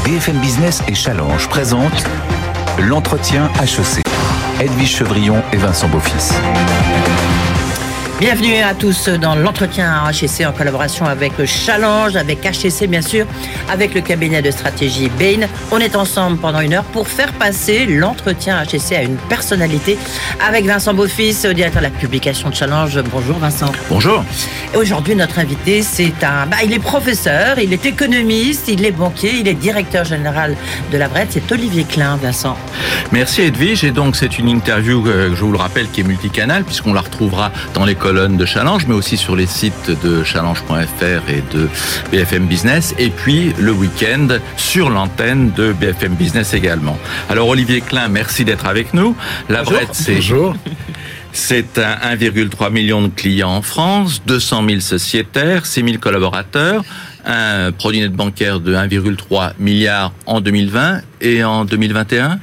BFM Business et Challenge présentent l'entretien HEC. Edwige Chevrillon et Vincent Beaufils. Bienvenue à tous dans l'entretien HEC en collaboration avec Challenge, avec HEC bien sûr, avec le cabinet de stratégie Bain. On est ensemble pendant une heure pour faire passer l'entretien HEC à une personnalité avec Vincent Beaufils, directeur de la publication de Challenge. Bonjour Vincent. Bonjour. Et aujourd'hui notre invité il est professeur, il est économiste, il est banquier, il est directeur général de la BRED, c'est Olivier Klein, Vincent. Merci Edwige, et donc c'est une interview, je vous le rappelle, qui est multicanal puisqu'on la retrouvera dans les colonnes de Challenge, mais aussi sur les sites de challenge.fr et de BFM Business, et puis le week-end sur l'antenne de BFM Business également. Alors Olivier Klein, merci d'être avec nous. La BRED, c'est 1,3 million de clients en France, 200 000 sociétaires, 6 000 collaborateurs, un produit net bancaire de 1,3 milliard en 2020 et en 2021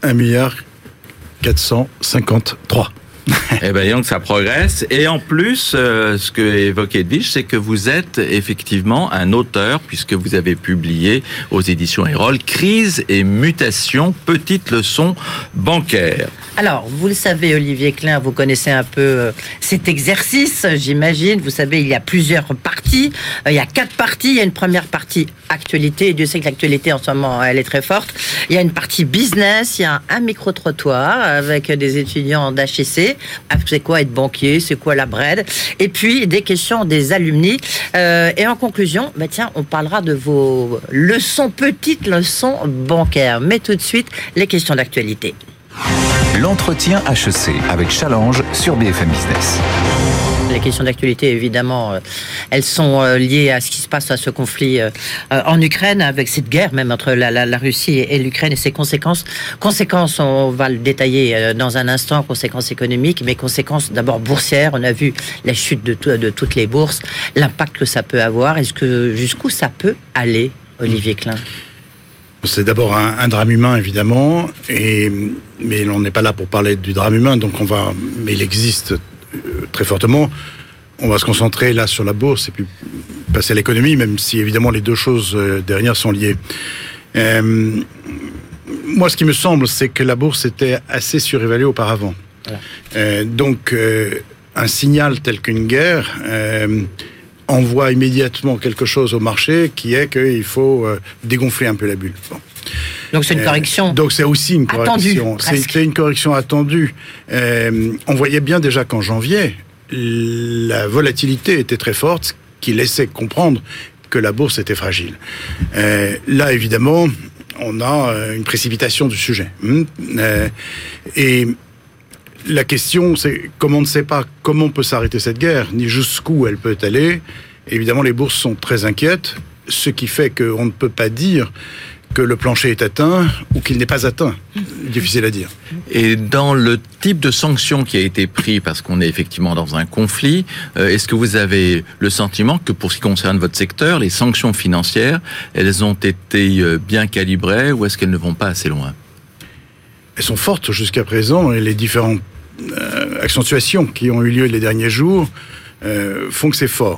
1,453 milliard. Eh bien, donc ça progresse. Et en plus, ce que évoque Edwige, c'est que vous êtes effectivement un auteur, puisque vous avez publié aux éditions Erol Crise et mutation, petite leçon bancaire. Alors, vous le savez, Olivier Klein, vous connaissez un peu cet exercice, j'imagine. Vous savez, il y a plusieurs parties. Il y a 4 parties. Il y a une première partie actualité. Et Dieu sait que l'actualité, en ce moment, elle est très forte. Il y a une partie business. Il y a un micro-trottoir avec des étudiants d'HEC. C'est quoi être banquier? C'est quoi la BRED? Et puis, des questions des alumni. Et en conclusion, on parlera de vos petites leçons bancaires. Mais tout de suite, les questions d'actualité. L'entretien HEC avec Challenge sur BFM Business. Les questions d'actualité, évidemment, elles sont liées à ce qui se passe, à ce conflit en Ukraine, avec cette guerre même entre la Russie et l'Ukraine et ses conséquences. Conséquences, on va le détailler dans un instant, conséquences économiques, mais conséquences d'abord boursières. On a vu la chute de toutes les bourses, l'impact que ça peut avoir. Jusqu'où ça peut aller, Olivier Klein? C'est d'abord un drame humain, évidemment, mais on n'est pas là pour parler du drame humain, mais il existe très fortement. On va se concentrer là sur la bourse et puis passer à l'économie, même si évidemment les deux choses derrière sont liées. Moi, ce qui me semble, c'est que la bourse était assez surévaluée auparavant. Voilà. Un signal tel qu'une guerre envoie immédiatement quelque chose au marché qui est qu'il faut dégonfler un peu la bulle. Bon. Donc c'est une correction. Donc c'est aussi une correction. C'était une correction attendue. On voyait bien déjà qu'en janvier, la volatilité était très forte, ce qui laissait comprendre que la bourse était fragile. Là, évidemment, on a une précipitation du sujet. Et la question, c'est comme on ne sait pas comment peut s'arrêter cette guerre, ni jusqu'où elle peut aller. Évidemment, les bourses sont très inquiètes, ce qui fait qu'on ne peut pas dire que le plancher est atteint ou qu'il n'est pas atteint. Difficile à dire. Et dans le type de sanctions qui a été pris, parce qu'on est effectivement dans un conflit, est-ce que vous avez le sentiment que pour ce qui concerne votre secteur, les sanctions financières, elles ont été bien calibrées ou est-ce qu'elles ne vont pas assez loin? Elles sont fortes jusqu'à présent et les différentes accentuations qui ont eu lieu les derniers jours font que c'est fort.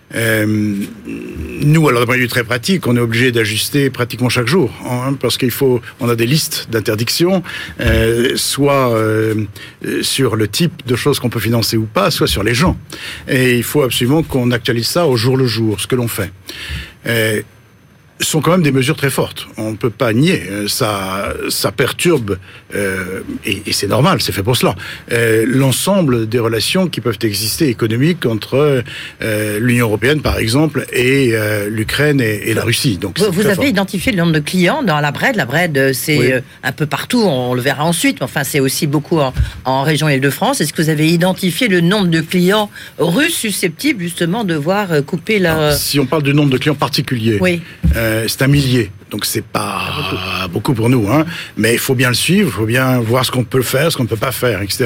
Nous, alors d'un point de vue très pratique, on est obligé d'ajuster pratiquement chaque jour, parce on a des listes d'interdictions, soit sur le type de choses qu'on peut financer ou pas, soit sur les gens. Et il faut absolument qu'on actualise ça au jour le jour, ce que l'on fait. Sont quand même des mesures très fortes. On ne peut pas nier. Ça perturbe, et c'est normal, c'est fait pour cela, l'ensemble des relations qui peuvent exister économiques entre l'Union européenne, par exemple, et l'Ukraine et la Russie. Donc, vous avez identifié le nombre de clients dans la BRED. La BRED, c'est un peu partout, on le verra ensuite. Enfin, c'est aussi beaucoup en région Île-de-France. Est-ce que vous avez identifié le nombre de clients russes susceptibles, justement, de voir couper leur... Alors, si on parle du nombre de clients particuliers... Oui. C'est 1 millier, donc c'est pas beaucoup pour nous, mais il faut bien le suivre, il faut bien voir ce qu'on peut faire, ce qu'on ne peut pas faire, etc.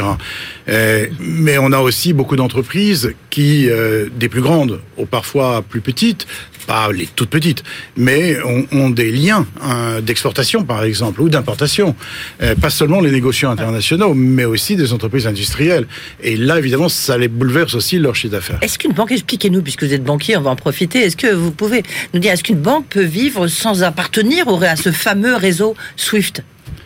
Mais on a aussi beaucoup d'entreprises qui, des plus grandes ou parfois plus petites, pas les toutes petites, mais ont des liens d'exportation, par exemple, ou d'importation. Pas seulement les négociants internationaux, mais aussi des entreprises industrielles. Et là, évidemment, ça les bouleverse aussi leur chiffre d'affaires. Est-ce qu'une banque, expliquez-nous, puisque vous êtes banquier, on va en profiter, est-ce que vous pouvez nous dire, est-ce qu'une banque peut vivre sans appartenir à ce fameux réseau SWIFT ?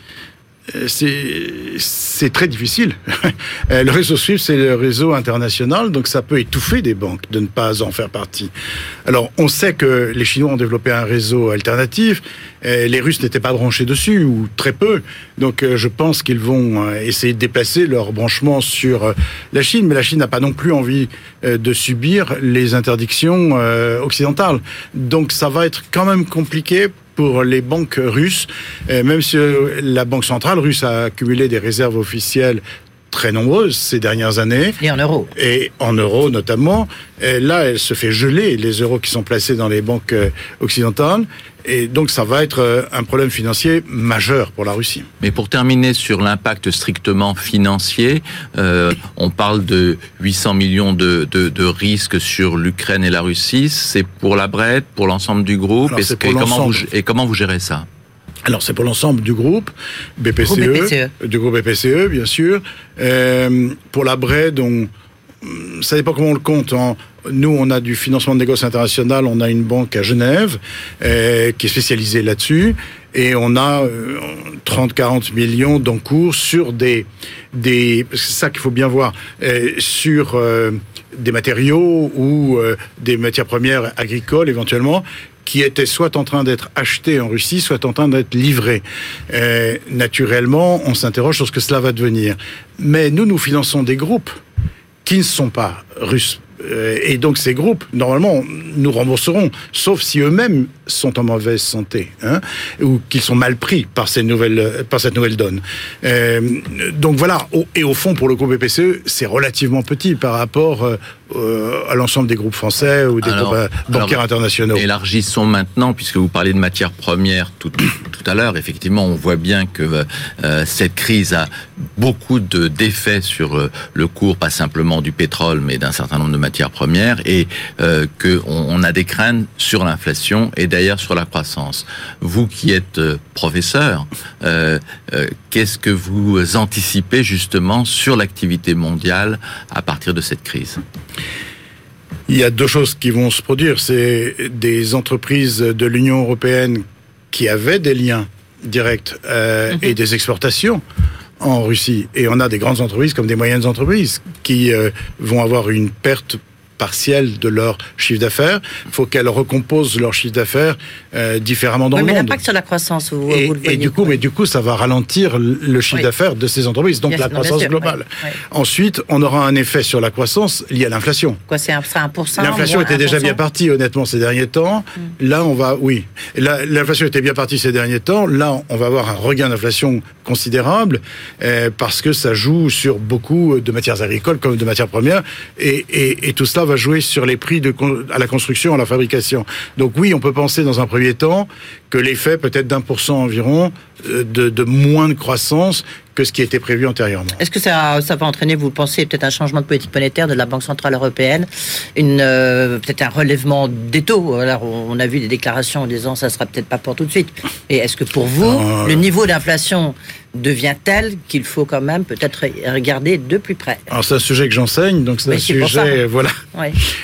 C'est très difficile. Le réseau SWIFT, c'est le réseau international, donc ça peut étouffer des banques de ne pas en faire partie. Alors, on sait que les Chinois ont développé un réseau alternatif. Les Russes n'étaient pas branchés dessus, ou très peu. Donc, je pense qu'ils vont essayer de déplacer leur branchement sur la Chine. Mais la Chine n'a pas non plus envie de subir les interdictions occidentales. Donc, ça va être quand même compliqué pour les banques russes, même si la Banque centrale russe a accumulé des réserves officielles très nombreuses ces dernières années. Et en euros. Et en euros notamment. Et là, elle se fait geler les euros qui sont placés dans les banques occidentales. Et donc, ça va être un problème financier majeur pour la Russie. Mais pour terminer sur l'impact strictement financier, on parle de 800 millions de risques sur l'Ukraine et la Russie. C'est pour la BRED, pour l'ensemble du groupe. Comment vous gérez ça ? Alors, c'est pour l'ensemble du groupe BPCE, du groupe BPCE, bien sûr. Pour la BRED, ça dépend comment on le compte. Nous, on a du financement de négoce international. On a une banque à Genève qui est spécialisée là-dessus. Et on a 30-40 millions d'encours sur c'est ça qu'il faut bien voir, sur des matériaux ou des matières premières agricoles éventuellement, qui étaient soit en train d'être achetés en Russie, soit en train d'être livrés. Naturellement, on s'interroge sur ce que cela va devenir. Mais nous finançons des groupes qui ne sont pas russes. Et donc ces groupes, normalement, nous rembourseront, sauf si eux-mêmes sont en mauvaise santé, ou qu'ils sont mal pris par cette nouvelle donne. Donc voilà. Et au fond, pour le groupe BPCE, c'est relativement petit par rapport à l'ensemble des groupes français ou des groupes bancaires internationaux. Élargissons maintenant, puisque vous parlez de matières premières tout à l'heure. Effectivement, on voit bien que cette crise a beaucoup d'effets sur le cours, pas simplement du pétrole, mais d'un certain nombre de matières premières, et qu'on a des craintes sur l'inflation et d'ailleurs sur la croissance. Vous qui êtes professeur, qu'est-ce que vous anticipez justement sur l'activité mondiale à partir de cette crise ? Il y a deux choses qui vont se produire. C'est des entreprises de l'Union européenne qui avaient des liens directs et des exportations en Russie. Et on a des grandes entreprises comme des moyennes entreprises qui vont avoir une perte partielle de leur chiffre d'affaires. Il faut qu'elles recomposent leur chiffre d'affaires différemment dans le monde. Mais l'impact sur la croissance, vous le voyez. Et du coup, ça va ralentir le chiffre d'affaires de ces entreprises, donc la croissance globale. Oui. Ensuite, on aura un effet sur la croissance lié à l'inflation. Quoi, c'est 1%? L'inflation était déjà bien partie, honnêtement, ces derniers temps. Là, l'inflation était bien partie ces derniers temps. Là, on va avoir un regain d'inflation considérable parce que ça joue sur beaucoup de matières agricoles comme de matières premières et tout cela va jouer sur les prix à la construction, à la fabrication. Donc oui, on peut penser dans un premier temps que l'effet peut-être d'1% environ de moins de croissance que ce qui était prévu antérieurement. Est-ce que ça va entraîner, vous pensez, peut-être un changement de politique monétaire de la Banque Centrale Européenne, peut-être un relèvement des taux? Alors, on a vu des déclarations en disant que ça ne sera peut-être pas pour tout de suite. Et est-ce que pour vous, le niveau d'inflation devient tel qu'il faut quand même peut-être regarder de plus près? Alors, c'est un sujet que j'enseigne, donc c'est un sujet, voilà. Oui.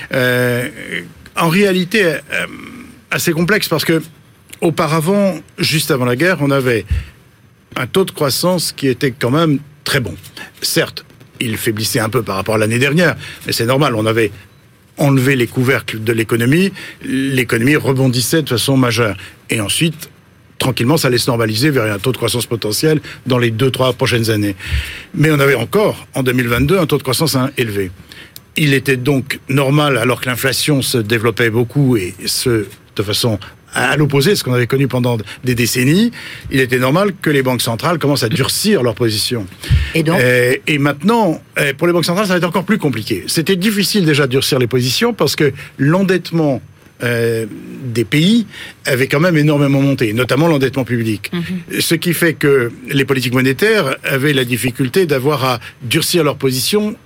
En réalité, assez complexe parce que auparavant, juste avant la guerre, on avait un taux de croissance qui était quand même très bon. Certes, il faiblissait un peu par rapport à l'année dernière, mais c'est normal, on avait enlevé les couvercles de l'économie rebondissait de façon majeure. Et ensuite, tranquillement, ça allait se normaliser vers un taux de croissance potentiel dans les 2-3 prochaines années. Mais on avait encore, en 2022, un taux de croissance élevé. Il était donc normal, alors que l'inflation se développait beaucoup et de façon à l'opposé de ce qu'on avait connu pendant des décennies, il était normal que les banques centrales commencent à durcir leur position. Et donc et maintenant, pour les banques centrales, ça va être encore plus compliqué. C'était difficile déjà de durcir les positions parce que l'endettement des pays avait quand même énormément monté, notamment l'endettement public. Ce qui fait que les politiques monétaires avaient la difficulté d'avoir à durcir leur position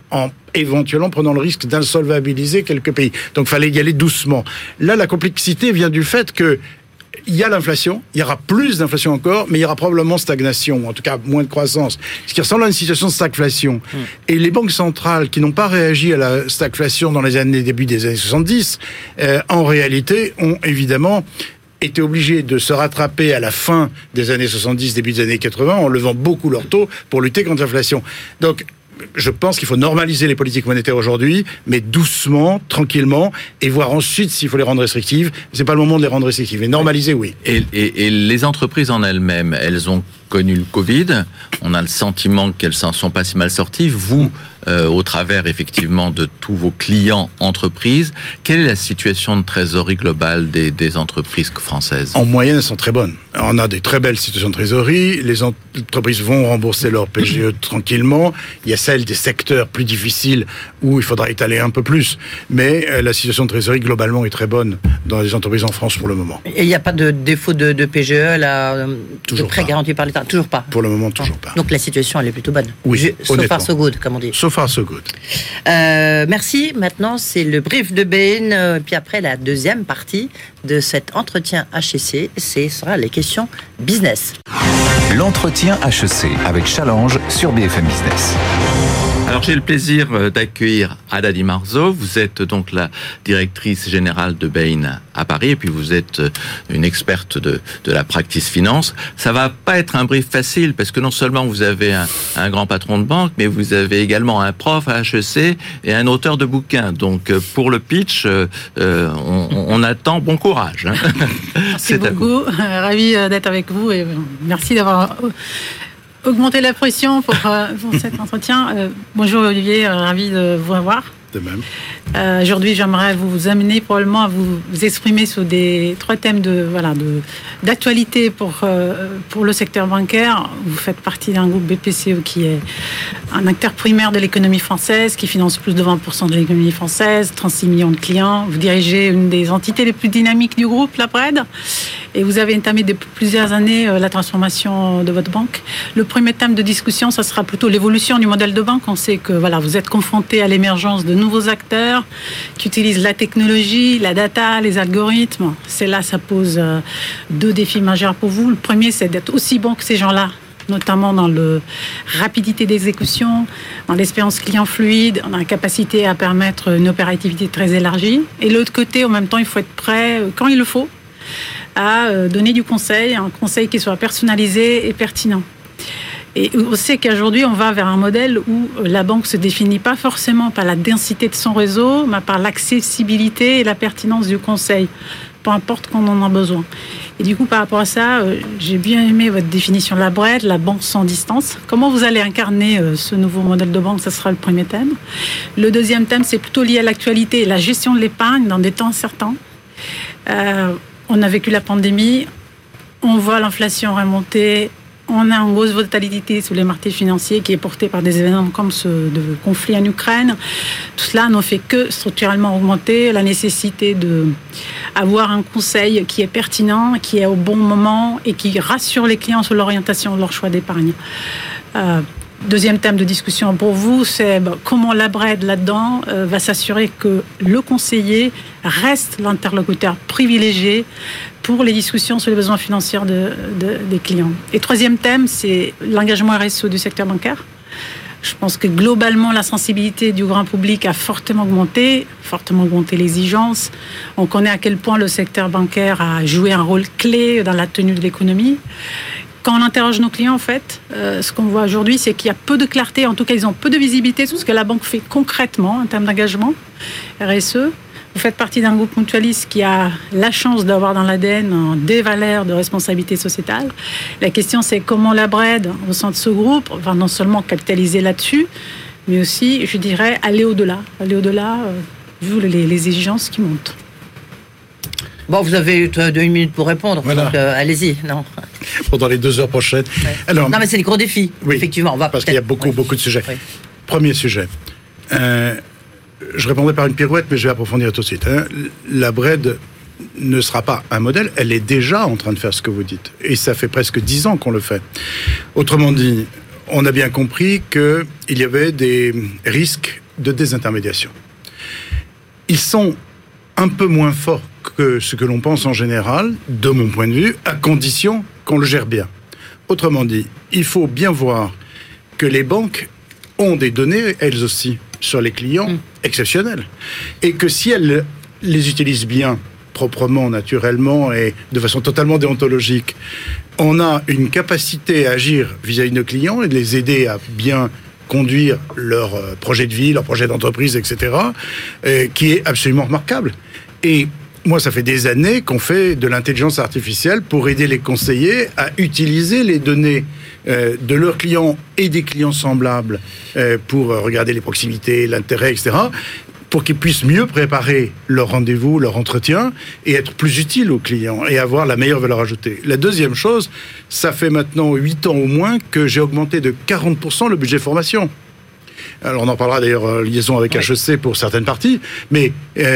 en éventuellement prenant le risque d'insolvabiliser quelques pays. Donc, il fallait y aller doucement. Là, la complexité vient du fait que il y a l'inflation, il y aura plus d'inflation encore, mais il y aura probablement stagnation, en tout cas moins de croissance, ce qui ressemble à une situation de stagflation. Et les banques centrales qui n'ont pas réagi à la stagflation dans début des années 70, en réalité, ont évidemment étaient obligés de se rattraper à la fin des années 70, début des années 80, en levant beaucoup leurs taux pour lutter contre l'inflation. Donc, je pense qu'il faut normaliser les politiques monétaires aujourd'hui, mais doucement, tranquillement, et voir ensuite s'il faut les rendre restrictives. C'est pas le moment de les rendre restrictives, mais normaliser, oui. Et les entreprises en elles-mêmes, elles ont connu le Covid. On a le sentiment qu'elles s'en sont pas si mal sorties. Vous, au travers effectivement de tous vos clients entreprises, quelle est la situation de trésorerie globale des entreprises françaises ? En moyenne, elles sont très bonnes. On a des très belles situations de trésorerie. Les entreprises vont rembourser leur PGE tranquillement. Il y a celles des secteurs plus difficiles où il faudra étaler un peu plus. Mais la situation de trésorerie globalement est très bonne dans les entreprises en France pour le moment. Et il n'y a pas de défaut de PGE, là, de prêt garanti par l'État ? Toujours pas. Pour le moment, toujours pas. Donc la situation, elle est plutôt bonne. Oui, so far so good, comme on dit. So far so good. Merci. Maintenant, c'est le brief de Bain. Puis après, la deuxième partie de cet entretien HEC, ce sera les questions business. L'entretien HEC avec Challenge sur BFM Business. Alors j'ai le plaisir d'accueillir Ada Di Marzo. Vous êtes donc la directrice générale de Bain à Paris et puis vous êtes une experte de la practice finance. Ça va pas être un brief facile parce que non seulement vous avez un grand patron de banque, mais vous avez également un prof à HEC et un auteur de bouquins. Donc pour le pitch, on attend bon courage. Merci beaucoup. Ravi d'être avec vous et merci d'avoir augmenter la pression pour cet entretien. Bonjour Olivier, ravi de vous avoir. De même. Aujourd'hui, j'aimerais vous amener probablement à vous exprimer sur des 3 thèmes d'actualité pour le secteur bancaire. Vous faites partie d'un groupe BPCE qui est un acteur primaire de l'économie française, qui finance plus de 20% de l'économie française, 36 millions de clients. Vous dirigez une des entités les plus dynamiques du groupe, la BRED. Et vous avez entamé depuis plusieurs années la transformation de votre banque. Le premier thème de discussion, ça sera plutôt l'évolution du modèle de banque. On sait que vous êtes confronté à l'émergence de nouveaux acteurs qui utilisent la technologie, la data, les algorithmes. Ça pose 2 défis majeurs pour vous. Le premier, c'est d'être aussi bon que ces gens-là, notamment dans la rapidité d'exécution, dans l'expérience client fluide, dans la capacité à permettre une opérativité très élargie. Et de l'autre côté, en même temps, il faut être prêt, quand il le faut, à donner du conseil, un conseil qui soit personnalisé et pertinent. Et on sait qu'aujourd'hui, on va vers un modèle où la banque se définit pas forcément par la densité de son réseau, mais par l'accessibilité et la pertinence du conseil, peu importe quand on en a besoin. Et du coup, par rapport à ça, j'ai bien aimé votre définition de la BRED, la banque sans distance. Comment vous allez incarner ce nouveau modèle de banque, ça sera le premier thème. Le deuxième thème, c'est plutôt lié à l'actualité, la gestion de l'épargne dans des temps incertains. On a vécu la pandémie, on voit l'inflation remonter, on a une grosse volatilité sur les marchés financiers qui est portée par des événements comme ce de conflit en Ukraine. Tout cela n'en fait que structurellement augmenter la nécessité d'avoir un conseil qui est pertinent, qui est au bon moment et qui rassure les clients sur l'orientation de leur choix d'épargne. Deuxième thème de discussion pour vous, c'est comment la BRED là-dedans va s'assurer que le conseiller reste l'interlocuteur privilégié pour les discussions sur les besoins financiers des clients. Et troisième thème, c'est l'engagement RSE du secteur bancaire. Je pense que globalement, la sensibilité du grand public a fortement augmenté l'exigence. On connaît à quel point le secteur bancaire a joué un rôle clé dans la tenue de l'économie. Quand on interroge nos clients, en fait, ce qu'on voit aujourd'hui, c'est qu'il y a peu de clarté. En tout cas, ils ont peu de visibilité sur ce que la banque fait concrètement en termes d'engagement RSE. Vous faites partie d'un groupe mutualiste qui a la chance d'avoir dans l'ADN des valeurs de responsabilité sociétale. La question, c'est comment la BRED, au sein de ce groupe, va non seulement capitaliser là-dessus, mais aussi, je dirais, aller au-delà. Aller au-delà, vu les exigences qui montent. Bon, vous avez eu 2 minutes pour répondre, voilà. Donc allez-y. Non. Pendant les 2 heures prochaines. Ouais. Alors, non, mais c'est des gros défis, oui, effectivement. On va parce qu'il y a beaucoup de sujets. Oui. Premier sujet. Je répondrai par une pirouette, mais je vais approfondir tout de suite. La BRED ne sera pas un modèle, elle est déjà en train de faire ce que vous dites. Et ça fait presque 10 ans qu'on le fait. Autrement dit, on a bien compris qu'il y avait des risques de désintermédiation. Ils sont un peu moins forts que ce que l'on pense en général, de mon point de vue, à condition qu'on le gère bien. Autrement dit, il faut bien voir que les banques ont des données, elles aussi, sur les clients exceptionnelles. Et que si elles les utilisent bien, proprement, naturellement et de façon totalement déontologique, on a une capacité à agir vis-à-vis de nos clients et de les aider à bien conduire leur projet de vie, leur projet d'entreprise, etc., qui est absolument remarquable. Et moi, ça fait des années qu'on fait de l'intelligence artificielle pour aider les conseillers à utiliser les données de leurs clients et des clients semblables pour regarder les proximités, l'intérêt, etc., pour qu'ils puissent mieux préparer leur rendez-vous, leur entretien, et être plus utiles aux clients, et avoir la meilleure valeur ajoutée. La deuxième chose, ça fait maintenant 8 ans au moins que j'ai augmenté de 40% le budget formation. Alors on en parlera d'ailleurs en liaison avec HEC pour certaines parties, mais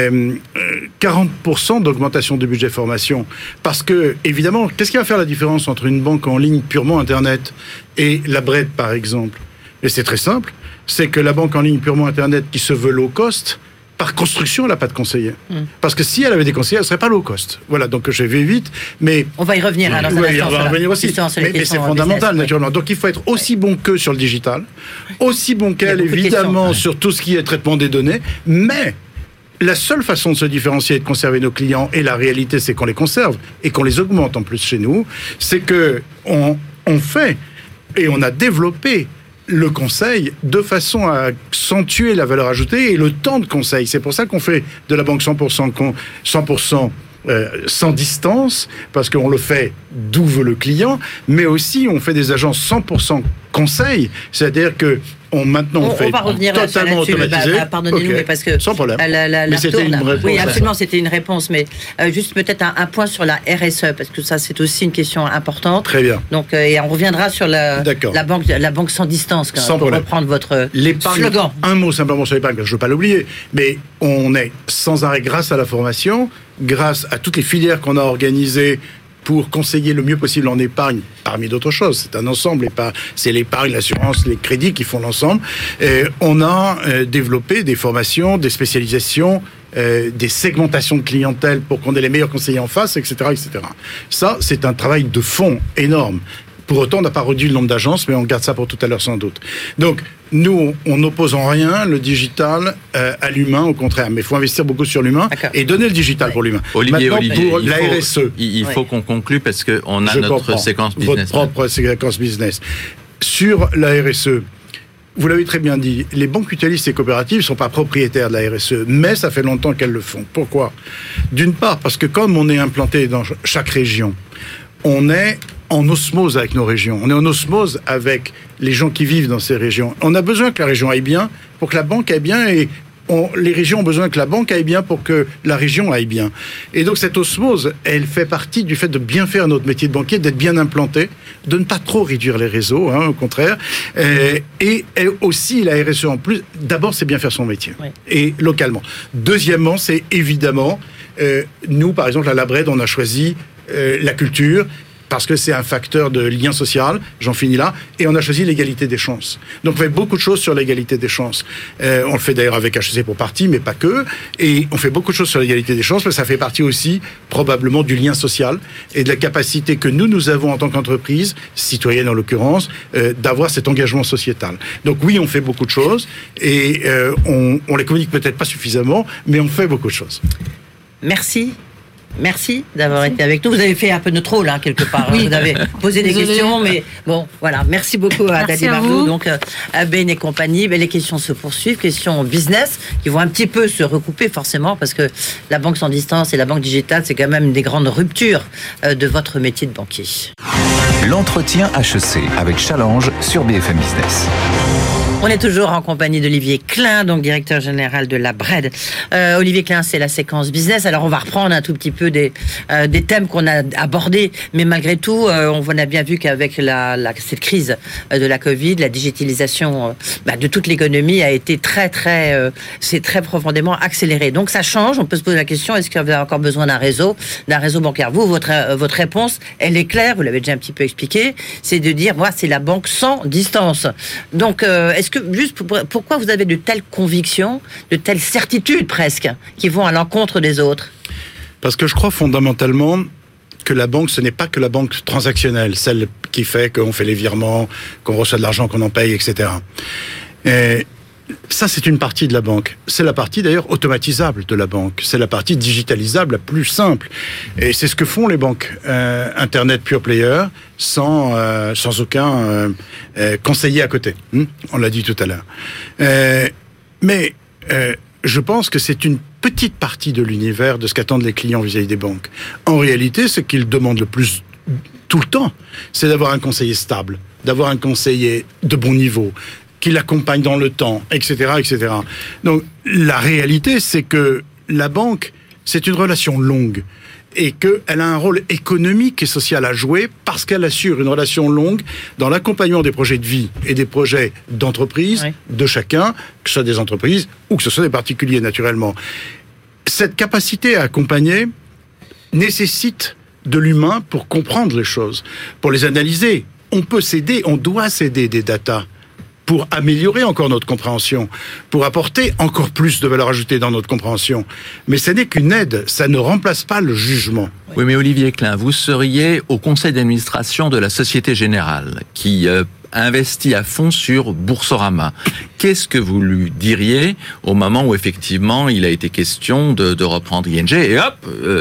40% d'augmentation du budget formation. Parce que, évidemment, qu'est-ce qui va faire la différence entre une banque en ligne purement Internet et la BRED, par exemple ? Et c'est très simple, c'est que la banque en ligne purement Internet qui se veut low cost, par construction, elle n'a pas de conseiller. Parce que si elle avait des conseillers, elle ne serait pas low cost. Voilà, donc je vais vite, mais... On va y revenir. On va y revenir aussi. Mais c'est fondamental, naturellement. Donc il faut être aussi bon qu'eux sur le digital, aussi bon qu'elle, évidemment, sur tout ce qui est traitement des données, mais... La seule façon de se différencier et de conserver nos clients, et la réalité, c'est qu'on les conserve et qu'on les augmente en plus chez nous, c'est que on fait et on a développé le conseil de façon à accentuer la valeur ajoutée et le temps de conseil. C'est pour ça qu'on fait de la banque 100% sans distance, parce qu'on le fait d'où veut le client, mais aussi on fait des agences 100% conseil, c'est-à-dire que maintenant on fait totalement automatisé. Pardonnez-nous, mais parce que sans problème. Mais c'était une réponse. Oui, absolument, c'était une réponse, mais juste peut-être un point sur la RSE, parce que ça c'est aussi une question importante. Très bien. Donc et on reviendra sur la banque sans distance, pour reprendre votre slogan. Un mot simplement sur l'épargne, parce que je ne veux pas l'oublier, mais on est sans arrêt grâce à la formation, grâce à toutes les filières qu'on a organisées pour conseiller le mieux possible en épargne, parmi d'autres choses. C'est un ensemble, c'est l'épargne, l'assurance, les crédits qui font l'ensemble. On a développé des formations, des spécialisations, des segmentations de clientèle pour qu'on ait les meilleurs conseillers en face, etc., etc. Ça, c'est un travail de fond énorme. Pour autant, on n'a pas réduit le nombre d'agences, mais on garde ça pour tout à l'heure sans doute. Donc, nous, on n'oppose en rien le digital à l'humain, au contraire. Mais il faut investir beaucoup sur l'humain et donner le digital pour l'humain. Olivier, pour la RSE. Il faut qu'on conclue parce qu'on a notre séquence business. Votre propre séquence business. Sur la RSE, vous l'avez très bien dit, les banques mutualistes et coopératives ne sont pas propriétaires de la RSE, mais ça fait longtemps qu'elles le font. Pourquoi ? D'une part, parce que comme on est implanté dans chaque région, on est en osmose avec nos régions. On est en osmose avec les gens qui vivent dans ces régions. On a besoin que la région aille bien pour que la banque aille bien et les régions ont besoin que la banque aille bien pour que la région aille bien. Et donc cette osmose, elle fait partie du fait de bien faire notre métier de banquier, d'être bien implanté, de ne pas trop réduire les réseaux, au contraire. Et aussi la RSE en plus, d'abord c'est bien faire son métier, et localement. Deuxièmement, c'est évidemment, nous par exemple à la BRED, on a choisi la culture, parce que c'est un facteur de lien social, j'en finis là, et on a choisi l'égalité des chances. Donc on fait beaucoup de choses sur l'égalité des chances. On le fait d'ailleurs avec HEC pour partie, mais pas que, et on fait beaucoup de choses sur l'égalité des chances, mais ça fait partie aussi probablement du lien social et de la capacité que nous avons en tant qu'entreprise, citoyenne en l'occurrence, d'avoir cet engagement sociétal. Donc oui, on fait beaucoup de choses, et on les communique peut-être pas suffisamment, mais on fait beaucoup de choses. Merci d'avoir été avec nous. Vous avez fait un peu notre rôle, quelque part. Oui. Vous avez posé des questions, mais bon, voilà. Merci beaucoup à Dadi Marlou, donc à Ben et compagnie. Mais les questions se poursuivent, questions business, qui vont un petit peu se recouper forcément, parce que la banque sans distance et la banque digitale, c'est quand même des grandes ruptures de votre métier de banquier. L'entretien HEC avec Challenge sur BFM Business. On est toujours en compagnie d'Olivier Klein, donc directeur général de la BRED. Olivier Klein, c'est la séquence business. Alors on va reprendre un tout petit peu des thèmes qu'on a abordés, mais malgré tout, on a bien vu qu'avec cette crise de la Covid, la digitalisation de toute l'économie a été c'est très profondément accélérée. Donc ça change. On peut se poser la question, est-ce que vous avez encore besoin d'un réseau bancaire? Vous, votre réponse, elle est claire. Vous l'avez déjà un petit peu expliqué. C'est de dire, voilà, c'est la banque sans distance. Donc, est-ce que juste pourquoi vous avez de telles convictions, de telles certitudes presque, qui vont à l'encontre des autres? Parce que je crois fondamentalement que la banque, ce n'est pas que la banque transactionnelle, celle qui fait qu'on fait les virements, qu'on reçoit de l'argent, qu'on en paye, etc. Et ça, c'est une partie de la banque. C'est la partie, d'ailleurs, automatisable de la banque. C'est la partie digitalisable la plus simple. Et c'est ce que font les banques Internet pure player, sans aucun conseiller à côté. On l'a dit tout à l'heure. Mais je pense que c'est une petite partie de l'univers de ce qu'attendent les clients vis-à-vis des banques. En réalité, ce qu'ils demandent le plus tout le temps, c'est d'avoir un conseiller stable, d'avoir un conseiller de bon niveau, qui l'accompagne dans le temps, etc., etc. Donc, la réalité, c'est que la banque, c'est une relation longue et qu'elle a un rôle économique et social à jouer parce qu'elle assure une relation longue dans l'accompagnement des projets de vie et des projets d'entreprise de chacun, que ce soit des entreprises ou que ce soit des particuliers, naturellement. Cette capacité à accompagner nécessite de l'humain pour comprendre les choses, pour les analyser. On doit céder des datas pour améliorer encore notre compréhension, pour apporter encore plus de valeur ajoutée dans notre compréhension. Mais ce n'est qu'une aide, ça ne remplace pas le jugement. Oui, mais Olivier Klein, vous seriez au conseil d'administration de la Société Générale, qui investit à fond sur Boursorama. Qu'est-ce que vous lui diriez au moment où effectivement il a été question de reprendre ING et hop,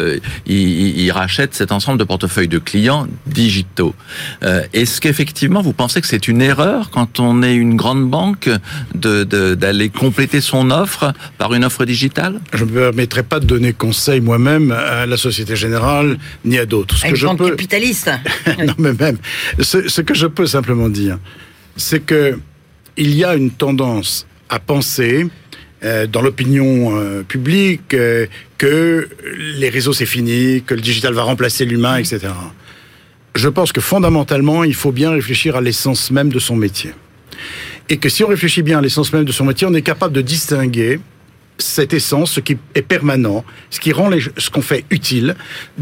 il rachète cet ensemble de portefeuilles de clients digitaux. Est-ce qu'effectivement vous pensez que c'est une erreur quand on est une grande banque d'aller compléter son offre par une offre digitale? Je ne me permettrai pas de donner conseil moi-même à la Société Générale ni à d'autres. Une banque capitaliste. Non, mais même ce que je peux simplement dire, c'est que il y a une tendance à penser dans l'opinion publique que les réseaux c'est fini, que le digital va remplacer l'humain, etc. Je pense que fondamentalement, il faut bien réfléchir à l'essence même de son métier. Et que si on réfléchit bien à l'essence même de son métier, on est capable de distinguer cette essence, ce qui est permanent, ce qui rend ce qu'on fait utile,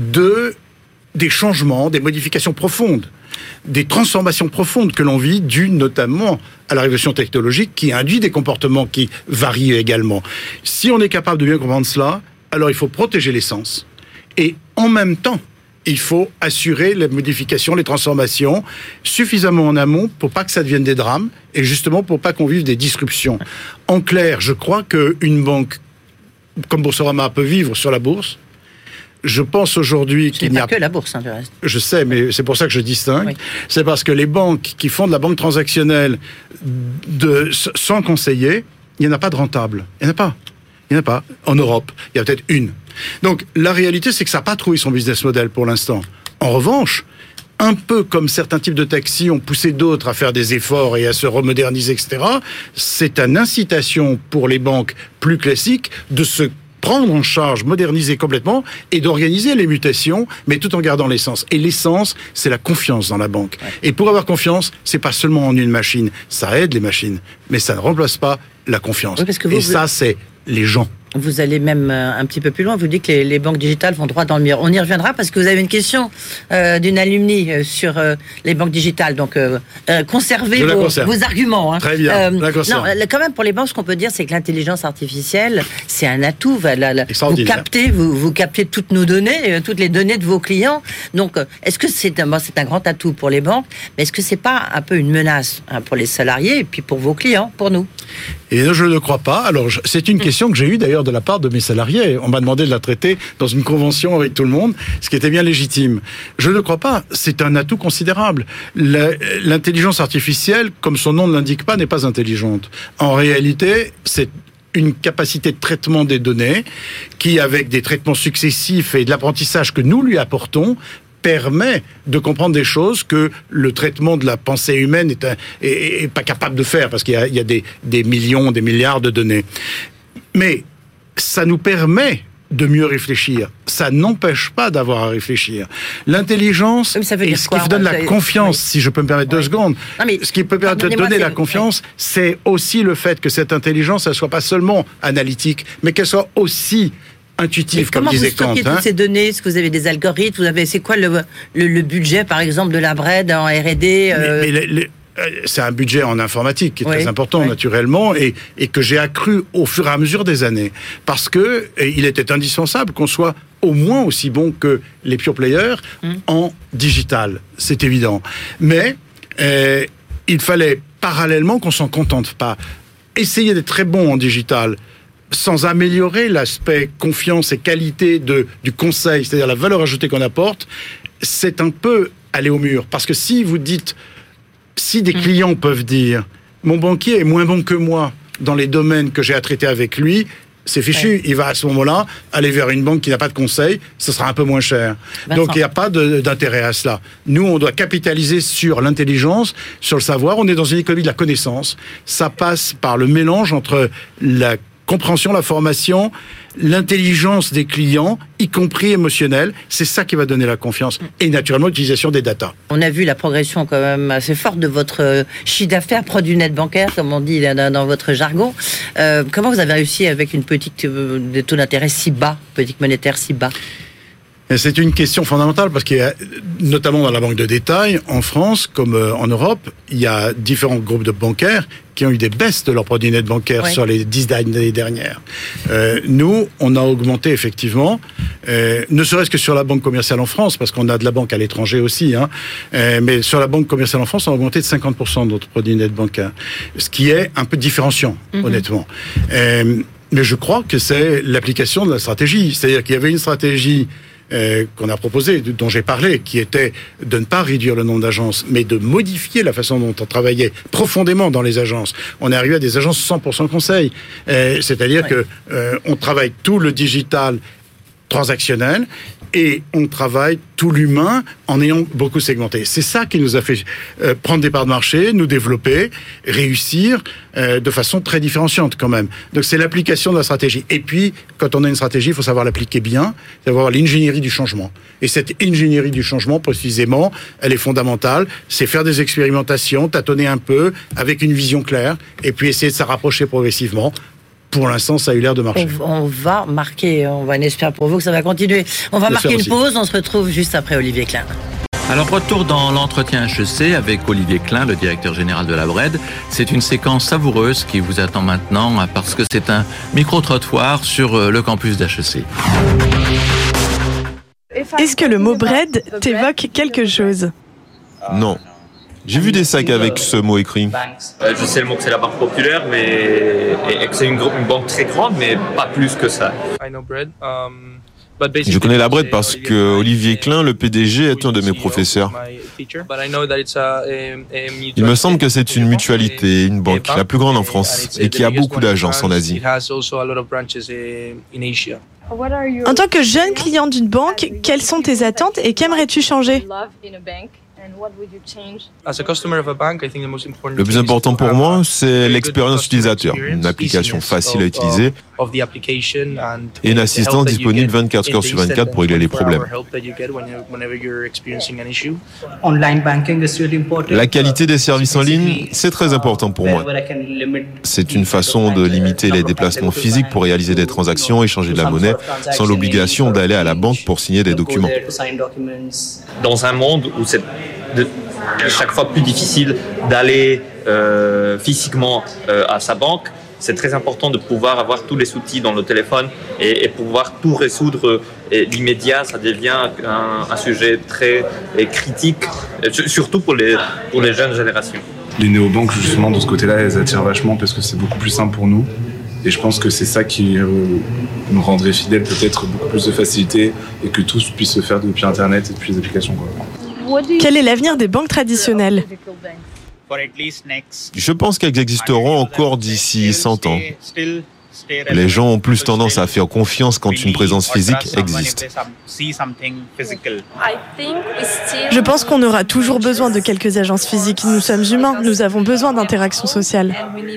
des changements, des modifications profondes, des transformations profondes que l'on vit, dues notamment à la révolution technologique qui induit des comportements qui varient également. Si on est capable de bien comprendre cela, alors il faut protéger l'essence. Et en même temps, il faut assurer les modifications, les transformations suffisamment en amont pour pas que ça devienne des drames et justement pour pas qu'on vive des disruptions. En clair, je crois qu'une banque comme Boursorama peut vivre sur la bourse. Je pense aujourd'hui qu'il n'y a pas que la bourse, du reste. Je sais, mais c'est pour ça que je distingue. Oui. C'est parce que les banques qui font de la banque transactionnelle sans conseiller, il n'y en a pas de rentable. Il n'y en a pas. Il n'y en a pas. En Europe, il y a peut-être une. Donc, la réalité, c'est que ça n'a pas trouvé son business model pour l'instant. En revanche, un peu comme certains types de taxis ont poussé d'autres à faire des efforts et à se remoderniser, etc., c'est une incitation pour les banques plus classiques de se prendre en charge, moderniser complètement et d'organiser les mutations, mais tout en gardant l'essence. Et l'essence, c'est la confiance dans la banque. Ouais. Et pour avoir confiance, c'est pas seulement en une machine. Ça aide les machines, mais ça ne remplace pas la confiance. Oui, parce que ça, c'est les gens. Vous allez même un petit peu plus loin. Vous dites que les banques digitales vont droit dans le mur. On y reviendra parce que vous avez une question d'une alumni sur les banques digitales. Donc, conservez vos arguments. Hein. Très bien. Non, quand même, pour les banques, ce qu'on peut dire, c'est que l'intelligence artificielle, c'est un atout. Vous captez toutes nos données, toutes les données de vos clients. Donc, est-ce que c'est un grand atout pour les banques, mais est-ce que c'est pas un peu une menace pour les salariés et puis pour vos clients, pour nous? Et je ne crois pas. Alors, c'est une question que j'ai eue d'ailleurs de la part de mes salariés. On m'a demandé de la traiter dans une convention avec tout le monde, ce qui était bien légitime. Je ne crois pas. C'est un atout considérable. L'intelligence artificielle, comme son nom ne l'indique pas, n'est pas intelligente. En réalité, c'est une capacité de traitement des données qui, avec des traitements successifs et de l'apprentissage que nous lui apportons, permet de comprendre des choses que le traitement de la pensée humaine est pas capable de faire, parce qu'il y a des millions, des milliards de données. Mais ça nous permet de mieux réfléchir. Ça n'empêche pas d'avoir à réfléchir. L'intelligence, et ce qui donne la confiance, si je peux me permettre 2 secondes, ce qui peut permettre de donner la confiance, c'est aussi le fait que cette intelligence, elle soit pas seulement analytique, mais qu'elle soit aussi intuitive, comme disait Kant. Comment vous stockez toutes ces données? Est-ce que vous avez des algorithmes? C'est quoi le budget, par exemple, de la BRED en R&D? C'est un budget en informatique qui est très important, naturellement, et que j'ai accru au fur et à mesure des années. Parce que il était indispensable qu'on soit au moins aussi bon que les pure players en digital. C'est évident. Mais il fallait parallèlement qu'on s'en contente pas. Essayer d'être très bon en digital sans améliorer l'aspect confiance et qualité du conseil, c'est-à-dire la valeur ajoutée qu'on apporte, c'est un peu aller au mur. Parce que si des clients peuvent dire « mon banquier est moins bon que moi dans les domaines que j'ai à traiter avec lui », c'est fichu. Il va à ce moment-là aller vers une banque qui n'a pas de conseil, ce sera un peu moins cher. Vincent. Donc il n'y a pas d'intérêt à cela. Nous, on doit capitaliser sur l'intelligence, sur le savoir. On est dans une économie de la connaissance. Ça passe par le mélange entre la compréhension, la formation, l'intelligence des clients, y compris émotionnelle. C'est ça qui va donner la confiance. Et naturellement, l'utilisation des data. On a vu la progression quand même assez forte de votre chiffre d'affaires, produit net bancaire, comme on dit dans votre jargon. Comment vous avez réussi avec une politique de taux d'intérêt si bas, politique monétaire si bas? C'est une question fondamentale parce qu'il y a, notamment dans la banque de détail, en France comme en Europe, il y a différents groupes de bancaires qui ont eu des baisses de leurs produits nets bancaires sur les 10 années dernières. Nous, on a augmenté effectivement, ne serait-ce que sur la banque commerciale en France, parce qu'on a de la banque à l'étranger aussi, mais sur la banque commerciale en France, on a augmenté de 50% de notre produit net bancaire, ce qui est un peu différenciant, honnêtement. Mais je crois que c'est l'application de la stratégie. C'est-à-dire qu'il y avait une stratégie qu'on a proposé, dont j'ai parlé, qui était de ne pas réduire le nombre d'agences, mais de modifier la façon dont on travaillait profondément dans les agences. On est arrivé à des agences 100% conseil. C'est-à-dire que on travaille tout le digital transactionnel et on travaille tout l'humain en ayant beaucoup segmenté. C'est ça qui nous a fait prendre des parts de marché, nous développer, réussir de façon très différenciante quand même. Donc c'est l'application de la stratégie. Et puis, quand on a une stratégie, il faut savoir l'appliquer bien, savoir l'ingénierie du changement. Et cette ingénierie du changement, précisément, elle est fondamentale. C'est faire des expérimentations, tâtonner un peu, avec une vision claire, et puis essayer de s'en rapprocher progressivement. Pour l'instant, ça a eu l'air de marcher. On va espérer pour vous que ça va continuer. On va marquer une pause, on se retrouve juste après Olivier Klein. Alors, retour dans l'entretien HEC avec Olivier Klein, le directeur général de la BRED. C'est une séquence savoureuse qui vous attend maintenant parce que c'est un micro-trottoir sur le campus d'HEC. Est-ce que le mot BRED t'évoque quelque chose? Non. J'ai vu des sacs avec ce mot écrit. Je sais le mot que c'est la Banque Populaire, et que c'est une banque très grande, mais pas plus que ça. Je connais la BRED parce que Olivier Klein, le PDG, est un de mes professeurs. Il me semble que c'est une mutualité, une banque, la plus grande en France, et qui a beaucoup d'agences en Asie. En tant que jeune client d'une banque, quelles sont tes attentes et qu'aimerais-tu changer? Le plus important pour moi, c'est l'expérience utilisateur, une application facile à utiliser et une assistance disponible 24 heures sur 24 pour régler les problèmes. La qualité des services en ligne, c'est très important pour moi. C'est une façon de limiter les déplacements physiques pour réaliser des transactions, échanger de la monnaie, sans l'obligation d'aller à la banque pour signer des documents. Dans un monde où c'est chaque fois plus difficile d'aller physiquement à sa banque, c'est très important de pouvoir avoir tous les outils dans le téléphone et pouvoir tout résoudre. Et l'immédiat, ça devient un sujet très critique, surtout pour les jeunes générations. Les néobanques, justement, de ce côté-là, elles attirent vachement parce que c'est beaucoup plus simple pour nous. Et je pense que c'est ça qui nous rendrait fidèles, peut-être beaucoup plus de facilité et que tous puissent se faire depuis Internet et depuis les applications. Quel est l'avenir des banques traditionnelles? Je pense qu'elles existeront encore d'ici 100 ans. Les gens ont plus tendance à faire confiance quand une présence physique existe. Je pense qu'on aura toujours besoin de quelques agences physiques. Nous sommes humains, nous avons besoin d'interaction sociale.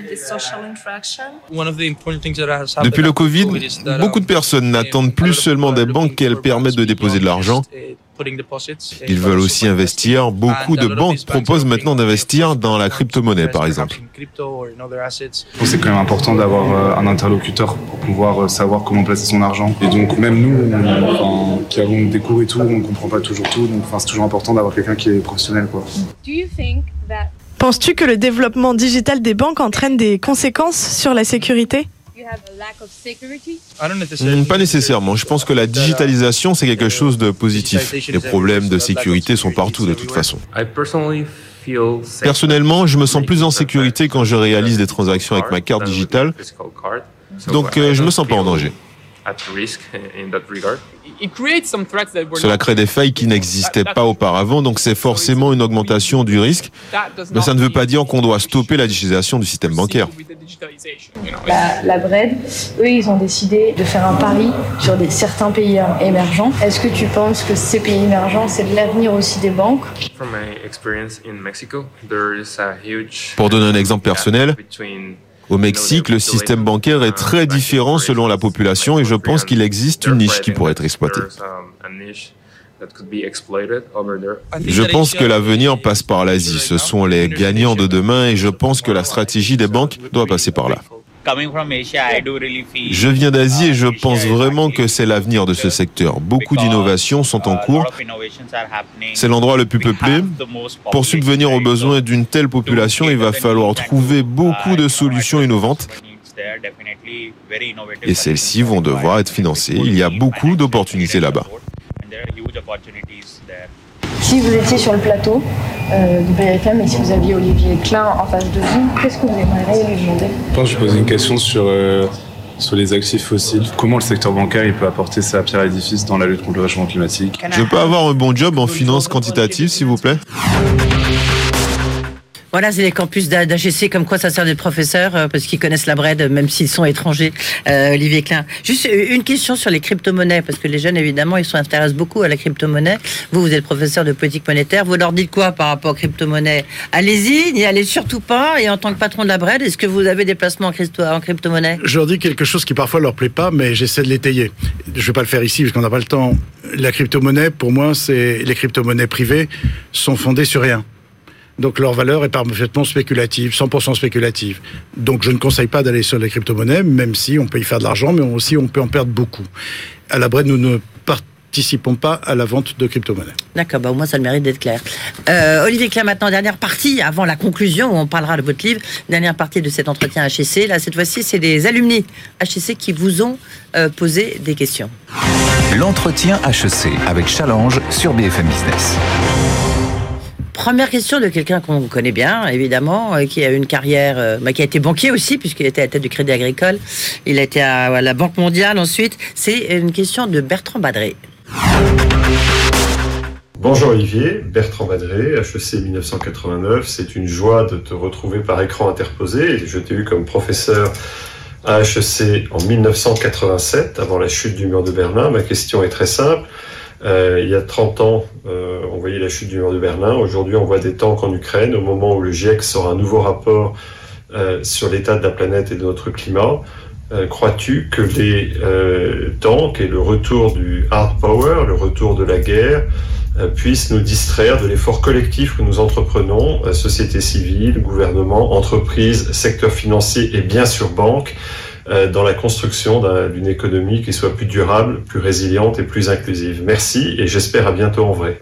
Depuis le Covid, beaucoup de personnes n'attendent plus seulement des banques qu'elles permettent de déposer de l'argent. Ils veulent aussi investir. Beaucoup de banques proposent maintenant d'investir dans la crypto-monnaie, par exemple. C'est quand même important d'avoir un interlocuteur pour pouvoir savoir comment placer son argent. Et donc même nous, qui avons des cours et tout, on ne comprend pas toujours tout. Donc c'est toujours important d'avoir quelqu'un qui est professionnel, quoi. Penses-tu que le développement digital des banques entraîne des conséquences sur la sécurité ? Pas nécessairement. Je pense que la digitalisation, c'est quelque chose de positif. Les problèmes de sécurité sont partout de toute façon. Personnellement, je me sens plus en sécurité quand je réalise des transactions avec ma carte digitale. Donc, je ne me sens pas en danger. Cela crée des failles qui n'existaient pas auparavant, donc c'est forcément une augmentation du risque. Mais ça ne veut pas dire qu'on doit stopper la digitalisation du système bancaire. La BRED, eux, ils ont décidé de faire un pari sur certains pays émergents. Est-ce que tu penses que ces pays émergents, c'est de l'avenir aussi des banques ? Pour donner un exemple personnel, au Mexique, le système bancaire est très différent selon la population et je pense qu'il existe une niche qui pourrait être exploitée. Je pense que l'avenir passe par l'Asie. Ce sont les gagnants de demain et je pense que la stratégie des banques doit passer par là. Je viens d'Asie et je pense vraiment que c'est l'avenir de ce secteur. Beaucoup d'innovations sont en cours. C'est l'endroit le plus peuplé. Pour subvenir aux besoins d'une telle population, il va falloir trouver beaucoup de solutions innovantes. Et celles-ci vont devoir être financées. Il y a beaucoup d'opportunités là-bas. Si vous étiez sur le plateau de BFM et si vous aviez Olivier Klein en face de vous, qu'est-ce que vous aimeriez lui demander ? Je pense que je posais une question sur les actifs fossiles. Comment le secteur bancaire il peut apporter sa pierre à l'édifice dans la lutte contre le réchauffement climatique ? Je peux avoir un bon job en finance quantitative, s'il vous plaît ? Voilà, c'est les campus d'HEC, comme quoi ça sert des professeurs, parce qu'ils connaissent la BRED, même s'ils sont étrangers. Olivier Klein. Juste une question sur les crypto-monnaies, parce que les jeunes, évidemment, ils s'intéressent beaucoup à la crypto-monnaie. Vous êtes professeur de politique monétaire. Vous leur dites quoi par rapport aux crypto-monnaies ? Allez-y, n'y allez surtout pas. Et en tant que patron de la BRED, est-ce que vous avez des placements en crypto-monnaie ? Je leur dis quelque chose qui parfois leur plaît pas, mais j'essaie de l'étayer. Je vais pas le faire ici, parce qu'on n'a pas le temps. La crypto-monnaie, pour moi, les crypto-monnaies privées sont fondées sur rien. Donc leur valeur est parfaitement spéculative, 100% spéculative. Donc je ne conseille pas d'aller sur les crypto-monnaies, même si on peut y faire de l'argent, mais aussi on peut en perdre beaucoup. À la BRED, nous ne participons pas à la vente de crypto-monnaies. D'accord, au moins ça le mérite d'être clair. Olivier Klein, maintenant, dernière partie, avant la conclusion, où on parlera de votre livre, dernière partie de cet entretien HEC. Là, cette fois-ci, c'est les alumni HEC qui vous ont posé des questions. L'entretien HEC avec Challenge sur BFM Business. Première question de quelqu'un qu'on connaît bien, évidemment, qui a une carrière, qui a été banquier aussi, puisqu'il était à la tête du Crédit Agricole. Il a été à la Banque mondiale ensuite. C'est une question de Bertrand Badré. Bonjour Olivier, Bertrand Badré, HEC 1989. C'est une joie de te retrouver par écran interposé. Je t'ai eu comme professeur à HEC en 1987, avant la chute du mur de Berlin. Ma question est très simple. Il y a 30 ans, on voyait la chute du mur de Berlin. Aujourd'hui, on voit des tanks en Ukraine. Au moment où le GIEC sort un nouveau rapport sur l'état de la planète et de notre climat, crois-tu que les tanks et le retour du hard power, le retour de la guerre, puissent nous distraire de l'effort collectif que nous entreprenons, société civile, gouvernement, entreprises, secteur financier et bien sûr banques, dans la construction d'une économie qui soit plus durable, plus résiliente et plus inclusive. Merci et j'espère à bientôt en vrai.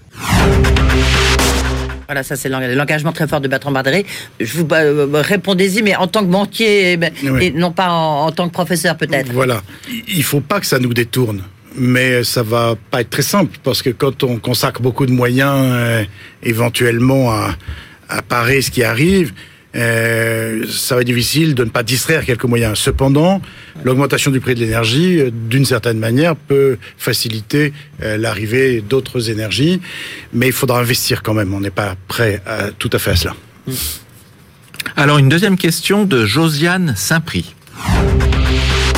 Voilà, ça c'est l'engagement très fort de Bertrand Badré. Je vous répondez-y, mais en tant que banquier, oui. Et non pas en tant que professeur peut-être. Voilà, il faut pas que ça nous détourne. Mais ça va pas être très simple, parce que quand on consacre beaucoup de moyens éventuellement à parer ce qui arrive, ça va être difficile de ne pas distraire quelques moyens. Cependant, l'augmentation du prix de l'énergie, d'une certaine manière, peut faciliter l'arrivée d'autres énergies, mais il faudra investir quand même. On n'est pas prêt tout à fait à cela. Alors, une deuxième question de Josiane Saint-Prix.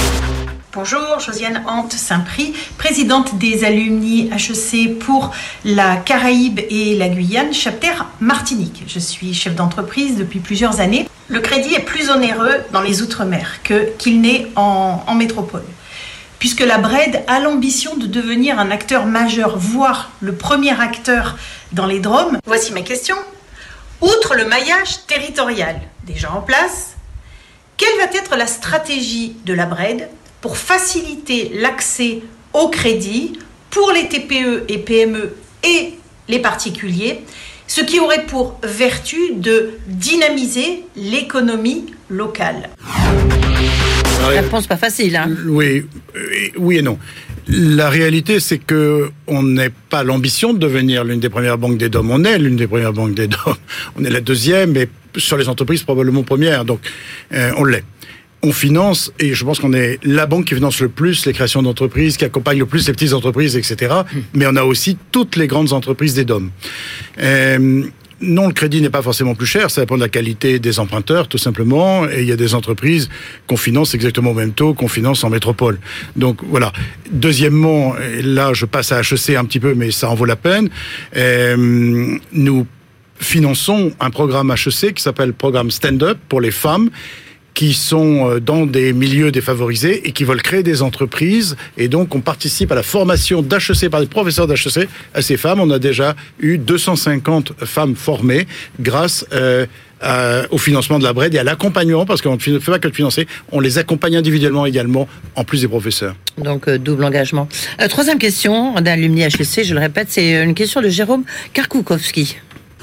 Bonjour, Josiane Hante Saint-Prix, présidente des alumni HEC pour la Caraïbe et la Guyane, chapter Martinique. Je suis chef d'entreprise depuis plusieurs années. Le crédit est plus onéreux dans les Outre-mer qu'il n'est en métropole. Puisque la BRED a l'ambition de devenir un acteur majeur, voire le premier acteur dans les DROM. Voici ma question. Outre le maillage territorial déjà en place, quelle va être la stratégie de la BRED pour faciliter l'accès au crédit pour les TPE et PME et les particuliers, ce qui aurait pour vertu de dynamiser l'économie locale? Réponse pas facile, hein? Oui et non. La réalité, c'est que on n'est pas l'ambition de devenir l'une des premières banques des DOM. On est l'une des premières banques des DOM. On est la deuxième, et sur les entreprises, probablement première. Donc, on l'est. On finance, et je pense qu'on est la banque qui finance le plus les créations d'entreprises, qui accompagne le plus les petites entreprises, etc. Mais on a aussi toutes les grandes entreprises des DOM. Non, le crédit n'est pas forcément plus cher, ça dépend de la qualité des emprunteurs, tout simplement, et il y a des entreprises qu'on finance exactement au même taux qu'on finance en métropole. Donc voilà. Deuxièmement, et là je passe à HEC un petit peu, mais ça en vaut la peine, nous finançons un programme HEC qui s'appelle Programme Stand-Up pour les femmes, qui sont dans des milieux défavorisés et qui veulent créer des entreprises. Et donc, on participe à la formation d'HEC par des professeurs d'HEC à ces femmes. On a déjà eu 250 femmes formées grâce au financement de la BRED et à l'accompagnement, parce qu'on ne fait pas que le financer, on les accompagne individuellement également, en plus des professeurs. Donc, double engagement. Troisième question d'un alumni HEC, je le répète, c'est une question de Jérôme Karkoukowski.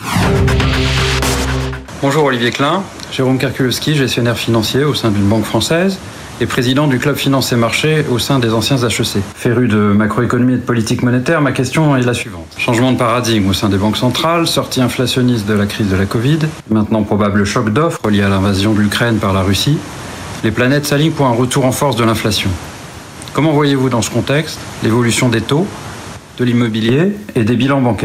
Bonjour Olivier Klein, Jérôme Karkulowski, gestionnaire financier au sein d'une banque française et président du club Finance et Marché au sein des anciens HEC. Féru de macroéconomie et de politique monétaire, ma question est la suivante. Changement de paradigme au sein des banques centrales, sortie inflationniste de la crise de la Covid, maintenant probable choc d'offres lié à l'invasion de l'Ukraine par la Russie, les planètes s'alignent pour un retour en force de l'inflation. Comment voyez-vous dans ce contexte l'évolution des taux, de l'immobilier et des bilans bancaires ?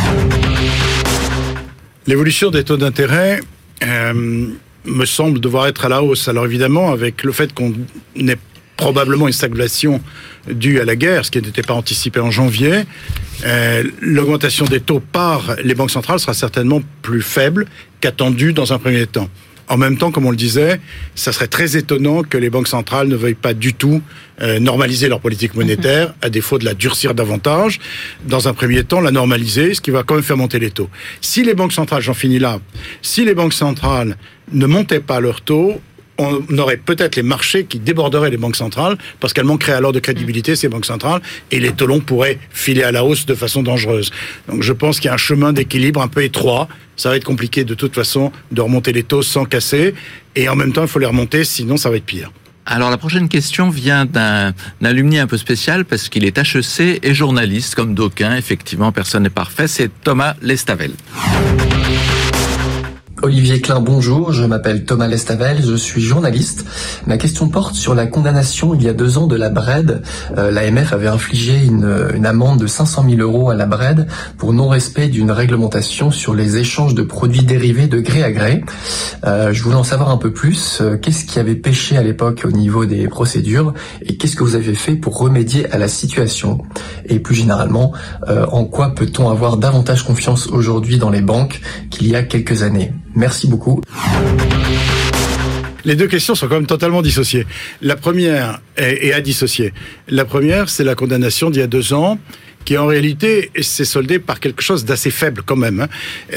L'évolution des taux d'intérêt me semble devoir être à la hausse. Alors évidemment, avec le fait qu'on ait probablement une stagnation due à la guerre, ce qui n'était pas anticipé en janvier, l'augmentation des taux par les banques centrales sera certainement plus faible qu'attendue dans un premier temps. En même temps, comme on le disait, ça serait très étonnant que les banques centrales ne veuillent pas du tout normaliser leur politique monétaire, à défaut de la durcir davantage. Dans un premier temps, la normaliser, ce qui va quand même faire monter les taux. Si les banques centrales, j'en finis là, si les banques centrales ne montaient pas leurs taux, on aurait peut-être les marchés qui déborderaient les banques centrales, parce qu'elles manqueraient alors de crédibilité, ces banques centrales, et les taux longs pourraient filer à la hausse de façon dangereuse. Donc je pense qu'il y a un chemin d'équilibre un peu étroit. Ça va être compliqué de toute façon de remonter les taux sans casser, et en même temps il faut les remonter, sinon ça va être pire. Alors la prochaine question vient d'un alumni un peu spécial, parce qu'il est HEC et journaliste, comme d'aucuns, effectivement, personne n'est parfait, c'est Thomas Lestavel. Olivier Klein, bonjour, je m'appelle Thomas Lestavel, je suis journaliste. Ma question porte sur la condamnation il y a 2 ans de la BRED. L'AMF avait infligé une amende de 500 000 € à la BRED pour non-respect d'une réglementation sur les échanges de produits dérivés de gré à gré. Je voulais en savoir un peu plus. Qu'est-ce qui avait péché à l'époque au niveau des procédures et qu'est-ce que vous avez fait pour remédier à la situation? Et plus généralement, en quoi peut-on avoir davantage confiance aujourd'hui dans les banques qu'il y a quelques années? Merci beaucoup. Les deux questions sont quand même totalement dissociées. La première est à dissocier. La première, c'est la condamnation d'il y a 2 ans, qui en réalité s'est soldée par quelque chose d'assez faible quand même.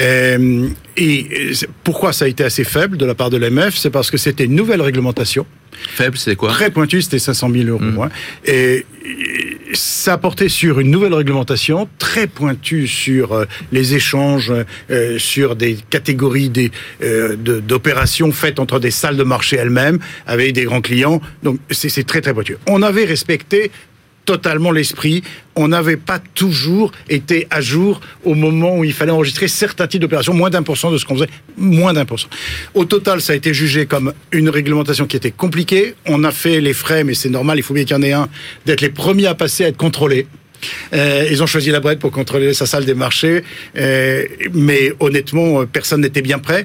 Et pourquoi ça a été assez faible de la part de l'AMF? C'est parce que c'était une nouvelle réglementation. Faible, c'est quoi? Très pointue, c'était 500 000 €. Hein. Et ça portait sur une nouvelle réglementation très pointue sur les échanges, sur des catégories d'opérations faites entre des salles de marché elles-mêmes avec des grands clients. Donc c'est très très pointu. On avait respecté totalement l'esprit. On n'avait pas toujours été à jour au moment où il fallait enregistrer certains types d'opérations, moins d'1% de ce qu'on faisait, moins d'1%. Au total, ça a été jugé comme une réglementation qui était compliquée. On a fait les frais, mais c'est normal, il faut bien qu'il y en ait un, d'être les premiers à passer, à être contrôlés. Ils ont choisi la BRED pour contrôler sa salle des marchés, mais honnêtement, personne n'était bien prêt.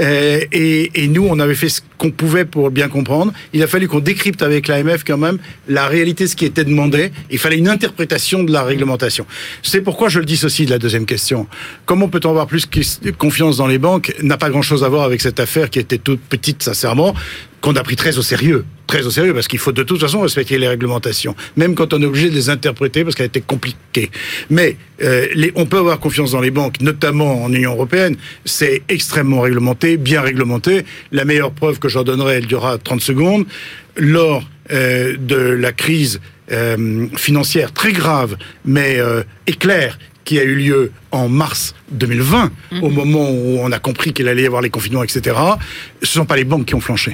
Et nous, on avait fait ce qu'on pouvait pour bien comprendre. Il a fallu qu'on décrypte avec l'AMF quand même la réalité, ce qui était demandé. Il fallait une interprétation de la réglementation. C'est pourquoi je le dissocie de la deuxième question. Comment peut-on avoir plus confiance dans les banques n'a pas grand-chose à voir avec cette affaire qui était toute petite, sincèrement, qu'on a pris très au sérieux, parce qu'il faut de toute façon respecter les réglementations, même quand on est obligé de les interpréter parce qu'elles étaient compliquées. Mais on peut avoir confiance dans les banques, notamment en Union européenne, c'est extrêmement réglementé, bien réglementé. La meilleure preuve que j'en donnerai, elle durera 30 secondes. Lors de la crise financière très grave, mais éclair, qui a eu lieu en mars 2020, au moment où on a compris qu'il allait y avoir les confinements, etc., ce ne sont pas les banques qui ont flanché.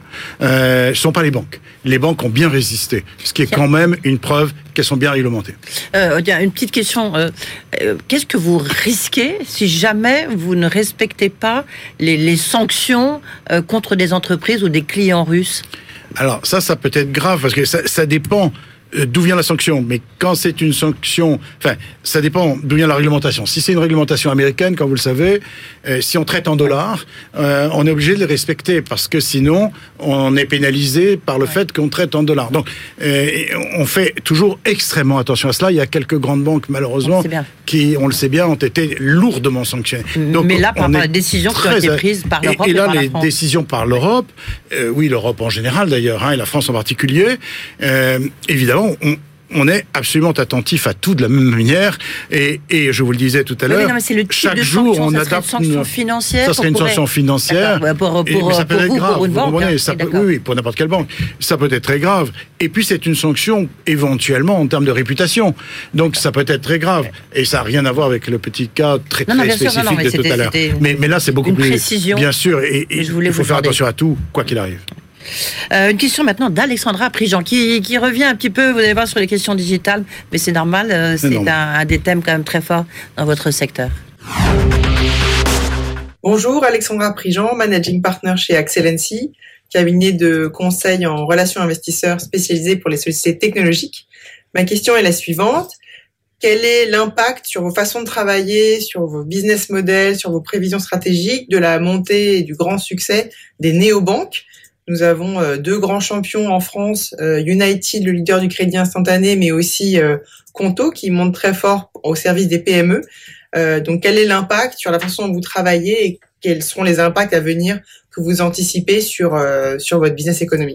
Ce ne sont pas les banques. Les banques ont bien résisté, ce qui est quand même une preuve qu'elles sont bien réglementées. Une petite question. Qu'est-ce que vous risquez si jamais vous ne respectez pas les sanctions contre des entreprises ou des clients russes ? Alors ça peut être grave, parce que ça dépend d'où vient la sanction. Mais quand c'est une sanction... Enfin, ça dépend d'où vient la réglementation. Si c'est une réglementation américaine, comme vous le savez, si on traite en dollars, on est obligé de les respecter, parce que sinon, on est pénalisé par le fait qu'on traite en dollars. Donc, on fait toujours extrêmement attention à cela. Il y a quelques grandes banques, malheureusement, qui, on le sait bien, ont été lourdement sanctionnées. Donc, mais là, par rapport à la décision qui a été prise par l'Europe et là, les décisions par l'Europe, oui, l'Europe en général d'ailleurs, et la France en particulier, évidemment, on est absolument attentif à tout de la même manière, et je vous le disais tout à l'heure, chaque jour on adapte. Ça serait une sanction financière. Ça serait une sanction financière. Mais ça peut être grave. Pour une banque, oui, pour n'importe quelle banque. Ça peut être très grave. Et puis c'est une sanction éventuellement en termes de réputation. Donc ça peut être très grave. Et ça n'a rien à voir avec le petit cas très spécifique de tout à l'heure. Mais là c'est beaucoup plus précision. Bien sûr. Et il faut faire attention à tout, quoi qu'il arrive. Une question maintenant d'Alexandra Prigent qui revient un petit peu, vous allez voir, sur les questions digitales, mais c'est normal, c'est un des thèmes quand même très forts dans votre secteur. Bonjour, Alexandra Prigent, Managing Partner chez Excellency, cabinet de conseil en relations investisseurs spécialisé pour les sociétés technologiques. Ma question est la suivante. Quel est l'impact sur vos façons de travailler, sur vos business models, sur vos prévisions stratégiques de la montée et du grand succès des néobanques ? Nous avons deux grands champions en France, United, le leader du crédit instantané, mais aussi Conto, qui monte très fort au service des PME. Donc, quel est l'impact sur la façon dont vous travaillez et quels seront les impacts à venir que vous anticipez sur votre business économique ?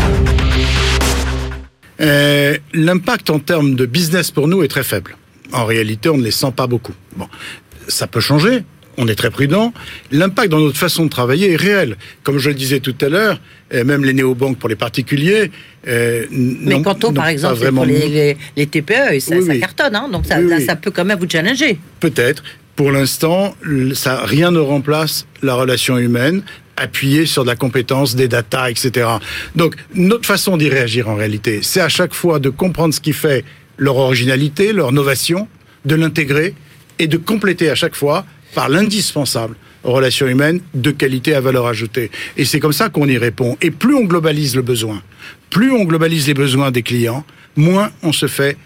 L'impact en termes de business pour nous est très faible. En réalité, on ne les sent pas beaucoup. Bon, ça peut changer. On est très prudent. L'impact dans notre façon de travailler est réel. Comme je le disais tout à l'heure, même les néobanques pour les particuliers. Mais Conto, par exemple, c'est pour les TPE, ça cartonne, hein, donc ça peut quand même vous challenger. Peut-être. Pour l'instant, rien ne remplace la relation humaine, appuyée sur de la compétence, des data, etc. Donc, notre façon d'y réagir en réalité, c'est à chaque fois de comprendre ce qui fait leur originalité, leur novation, de l'intégrer et de compléter à chaque fois par l'indispensable relations humaines de qualité à valeur ajoutée. Et c'est comme ça qu'on y répond. Et plus on globalise le besoin, plus on globalise les besoins des clients, moins on se fait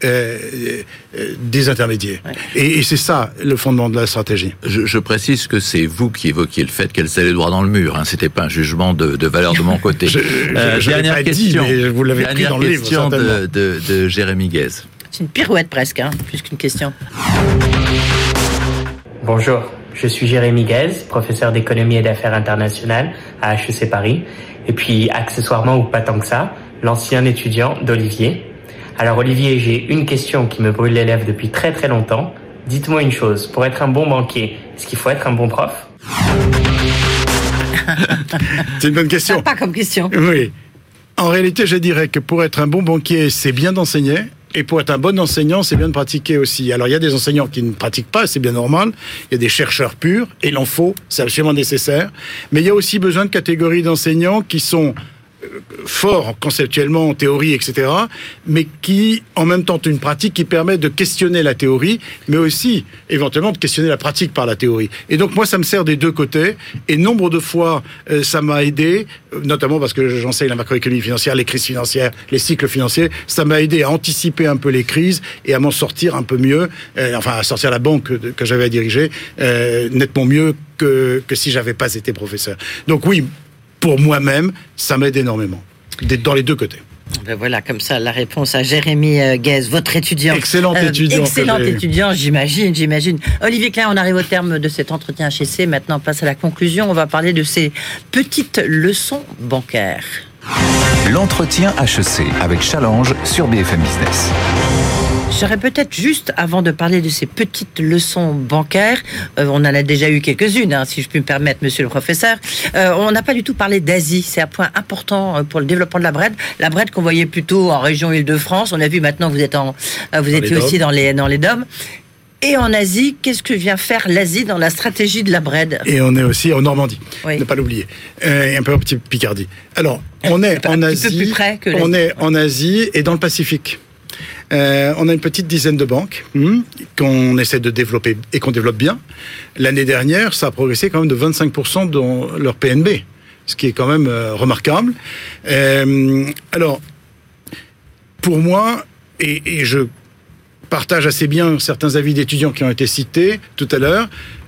des intermédiaires. Ouais. Et c'est ça le fondement de la stratégie. Je précise que c'est vous qui évoquiez le fait qu'elle allait droit dans le mur. Hein. C'était pas un jugement de valeur de mon côté. Dernière question. Dit, mais vous l'avez pris dans le livre. Dernière question de Jérémy Guez. C'est une pirouette presque, plus qu'une question. Bonjour, je suis Jérémy Guez, professeur d'économie et d'affaires internationales à HEC Paris, et puis accessoirement, ou pas tant que ça, l'ancien étudiant d'Olivier. Alors Olivier, j'ai une question qui me brûle les lèvres depuis très très longtemps. Dites-moi une chose, pour être un bon banquier, est-ce qu'il faut être un bon prof ? C'est une bonne question. Pas comme question. Oui. En réalité, je dirais que pour être un bon banquier, c'est bien d'enseigner. Et pour être un bon enseignant, c'est bien de pratiquer aussi. Alors, il y a des enseignants qui ne pratiquent pas, c'est bien normal. Il y a des chercheurs purs, et il en faut, c'est absolument nécessaire. Mais il y a aussi besoin de catégories d'enseignants qui sont fort conceptuellement, en théorie, etc., mais qui, en même temps, est une pratique qui permet de questionner la théorie, mais aussi, éventuellement, de questionner la pratique par la théorie. Et donc, moi, ça me sert des deux côtés, et nombre de fois, ça m'a aidé, notamment parce que j'enseigne la macroéconomie financière, les crises financières, les cycles financiers, ça m'a aidé à anticiper un peu les crises et à m'en sortir un peu mieux, à sortir la banque que j'avais à diriger, nettement mieux que si j'avais pas été professeur. Donc oui, pour moi-même, ça m'aide énormément, dans les deux côtés. Ben voilà, comme ça, la réponse à Jérémy Guez, votre étudiant. Excellent étudiant. Excellent étudiant, j'imagine. Olivier Klein, on arrive au terme de cet entretien HEC. Maintenant, on passe à la conclusion. On va parler de ces petites leçons bancaires. L'entretien HEC avec Challenge sur BFM Business. J'aurais peut-être juste, avant de parler de ces petites leçons bancaires, on en a déjà eu quelques-unes, si je puis me permettre, monsieur le professeur, on n'a pas du tout parlé d'Asie. C'est un point important pour le développement de la BRED. La BRED qu'on voyait plutôt en région Île-de-France. On a vu maintenant vous étiez aussi dans les DOM. Et en Asie, qu'est-ce que vient faire l'Asie dans la stratégie de la BRED ? Et on est aussi en Normandie, oui. Ne pas l'oublier, et un peu en petit Picardie. Alors, on est en Asie, on est en Asie et dans le Pacifique. On a une petite dizaine de banques qu'on essaie de développer et qu'on développe bien. L'année dernière, ça a progressé quand même de 25% dans leur PNB, ce qui est quand même remarquable. Alors, pour moi, et je partage assez bien certains avis d'étudiants qui ont été cités tout à l'heure,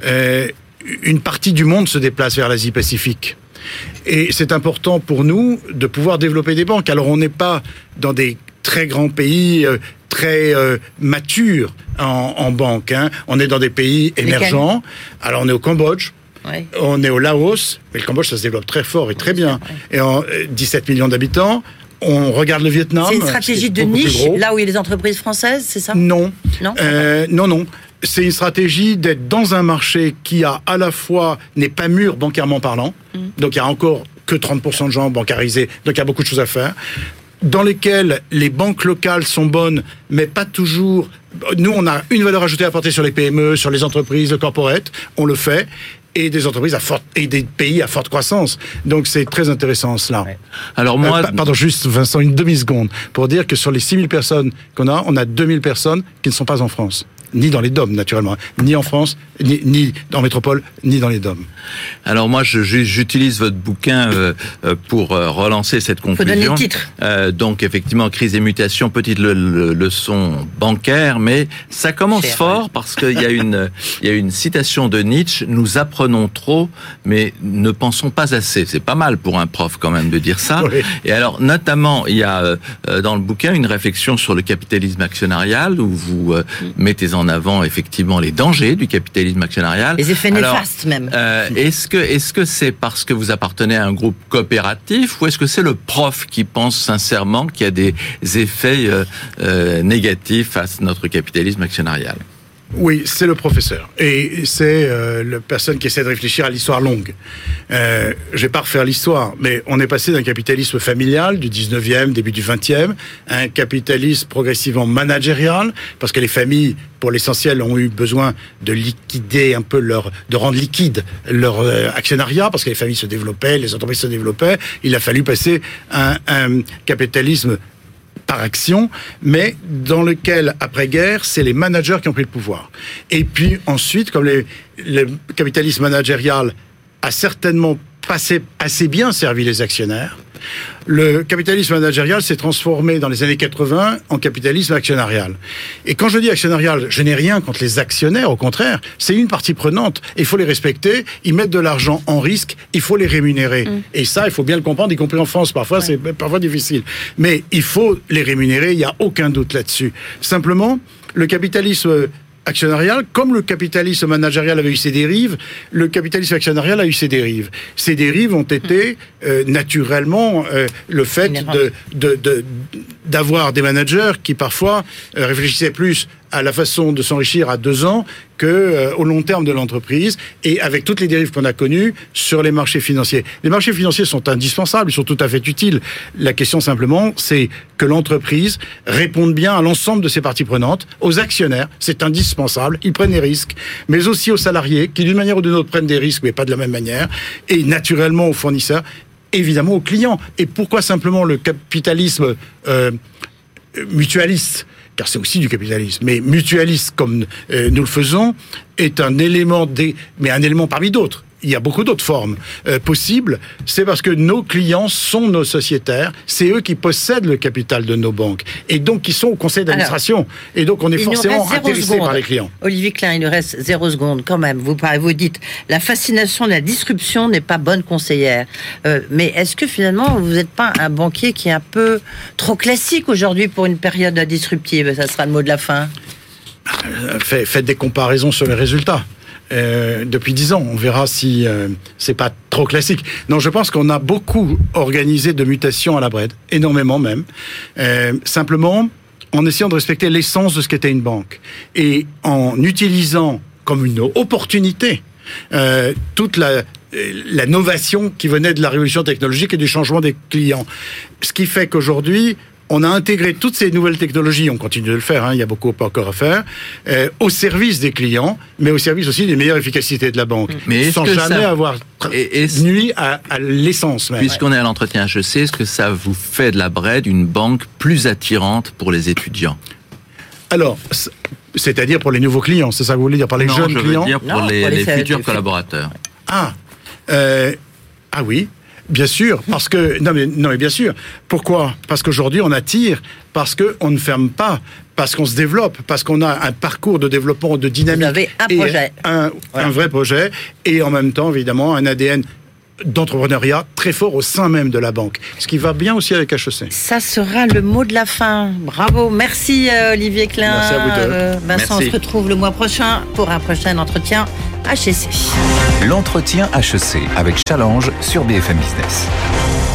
une partie du monde se déplace vers l'Asie-Pacifique. Et c'est important pour nous de pouvoir développer des banques. Alors, on n'est pas dans des très grands pays très matures en banque. On est dans des pays émergents. Alors, on est au Cambodge. Ouais. On est au Laos. Mais le Cambodge, ça se développe très fort et très bien. Et en 17 millions d'habitants. On regarde le Vietnam. C'est une stratégie de niche, là où il y a les entreprises françaises, c'est ça ? Non. Non. C'est une stratégie d'être dans un marché qui à la fois n'est pas mûr bancairement parlant, donc il y a encore que 30% de gens bancarisés, donc il y a beaucoup de choses à faire, dans lesquelles les banques locales sont bonnes, mais pas toujours. Nous, on a une valeur ajoutée à apporter sur les PME, sur les entreprises, le corporate, on le fait. Et des entreprises et des pays à forte croissance. Donc c'est très intéressant cela. Ouais. Alors moi... pardon, juste Vincent, une demi-seconde, pour dire que sur les 6000 personnes qu'on a, on a 2000 personnes qui ne sont pas en France. Ni dans les DOM, naturellement. Ni en France, ni dans métropole, ni dans les DOM. Alors moi, j'utilise votre bouquin pour relancer cette conclusion. Faut donner le titre. Donc effectivement, crise et mutation, petite leçon bancaire, mais ça commence fort parce qu'il y a une citation de Nietzsche, nous apprenons trop, mais ne pensons pas assez. C'est pas mal pour un prof quand même de dire ça. Oui. Et alors, notamment, il y a dans le bouquin une réflexion sur le capitalisme actionnarial où vous mettez en avant effectivement les dangers du capitalisme actionnarial. Les effets néfastes même. Est-ce que c'est parce que vous appartenez à un groupe coopératif ou est-ce que c'est le prof qui pense sincèrement qu'il y a des effets négatifs à notre capitalisme actionnarial ? Oui, c'est le professeur. Et c'est la personne qui essaie de réfléchir à l'histoire longue. Je vais pas refaire l'histoire, mais on est passé d'un capitalisme familial du 19e, début du 20e, à un capitalisme progressivement managérial, parce que les familles, pour l'essentiel, ont eu besoin de liquider un peu de rendre liquide leur actionnariat, parce que les familles se développaient, les entreprises se développaient. Il a fallu passer à un capitalisme par action, mais dans lequel, après-guerre, c'est les managers qui ont pris le pouvoir. Et puis ensuite, comme le capitalisme managérial a certainement assez bien servi les actionnaires, le capitalisme managérial s'est transformé dans les années 80 en capitalisme actionnarial. Et quand je dis actionnarial, je n'ai rien contre les actionnaires, au contraire, c'est une partie prenante, il faut les respecter, ils mettent de l'argent en risque, il faut les rémunérer. Et ça, il faut bien le comprendre, y compris en France, parfois c'est parfois difficile. Mais il faut les rémunérer, il n'y a aucun doute là-dessus. Simplement, le capitalisme actionnarial, comme le capitalisme managérial avait eu ses dérives, le capitalisme actionnarial a eu ses dérives. Ces dérives ont été naturellement le fait d'avoir des managers qui parfois réfléchissaient plus à la façon de s'enrichir à 2 ans que au long terme de l'entreprise, et avec toutes les dérives qu'on a connues sur les marchés financiers. Les marchés financiers sont indispensables, ils sont tout à fait utiles. La question simplement, c'est que l'entreprise réponde bien à l'ensemble de ses parties prenantes, aux actionnaires, c'est indispensable, ils prennent des risques, mais aussi aux salariés qui d'une manière ou d'une autre prennent des risques, mais pas de la même manière, et naturellement aux fournisseurs. évidemment aux clients. Et pourquoi simplement le capitalisme mutualiste, car c'est aussi du capitalisme, mais mutualiste comme nous le faisons, est un élément mais un élément parmi d'autres. Il y a beaucoup d'autres formes possibles. C'est parce que nos clients sont nos sociétaires. C'est eux qui possèdent le capital de nos banques. Et donc, qui sont au conseil d'administration. Et donc, on est forcément intéressé par les clients. Olivier Klein, il nous reste 0 seconde quand même. Vous dites, la fascination de la disruption n'est pas bonne conseillère. Mais est-ce que finalement, vous n'êtes pas un banquier qui est un peu trop classique aujourd'hui pour une période disruptive? Ça sera le mot de la fin. Faites des comparaisons sur les résultats. Depuis 10 ans, on verra si c'est pas trop classique. Non, je pense qu'on a beaucoup organisé de mutations à la BRED, énormément même. Simplement, en essayant de respecter l'essence de ce qu'était une banque et en utilisant comme une opportunité toute la novation qui venait de la révolution technologique et du changement des clients. Ce qui fait qu'aujourd'hui, on a intégré toutes ces nouvelles technologies, on continue de le faire, il y a beaucoup encore à faire, au service des clients, mais au service aussi d'une meilleure efficacité de la banque, mais sans jamais avoir nuit à l'essence même. Puisqu'on est à l'entretien HEC, est-ce que ça vous fait de la BRED une banque plus attirante pour les étudiants? Alors, c'est-à-dire pour les nouveaux clients, c'est ça que vous voulez dire, par les jeunes clients? Non, je veux dire pour les futurs collaborateurs. Ah oui. Bien sûr, parce que non mais bien sûr. Pourquoi? Parce qu'aujourd'hui on attire, parce que on ne ferme pas, parce qu'on se développe, parce qu'on a un parcours de développement, de dynamique. Vous avez un projet, un vrai projet, et en même temps évidemment un ADN d'entrepreneuriat très fort au sein même de la banque, ce qui va bien aussi avec HEC. Ça sera le mot de la fin. Bravo, merci Olivier Klein. Merci à vous deux. Vincent, on se retrouve le mois prochain pour un prochain entretien HEC. L'entretien HEC avec Challenge sur BFM Business.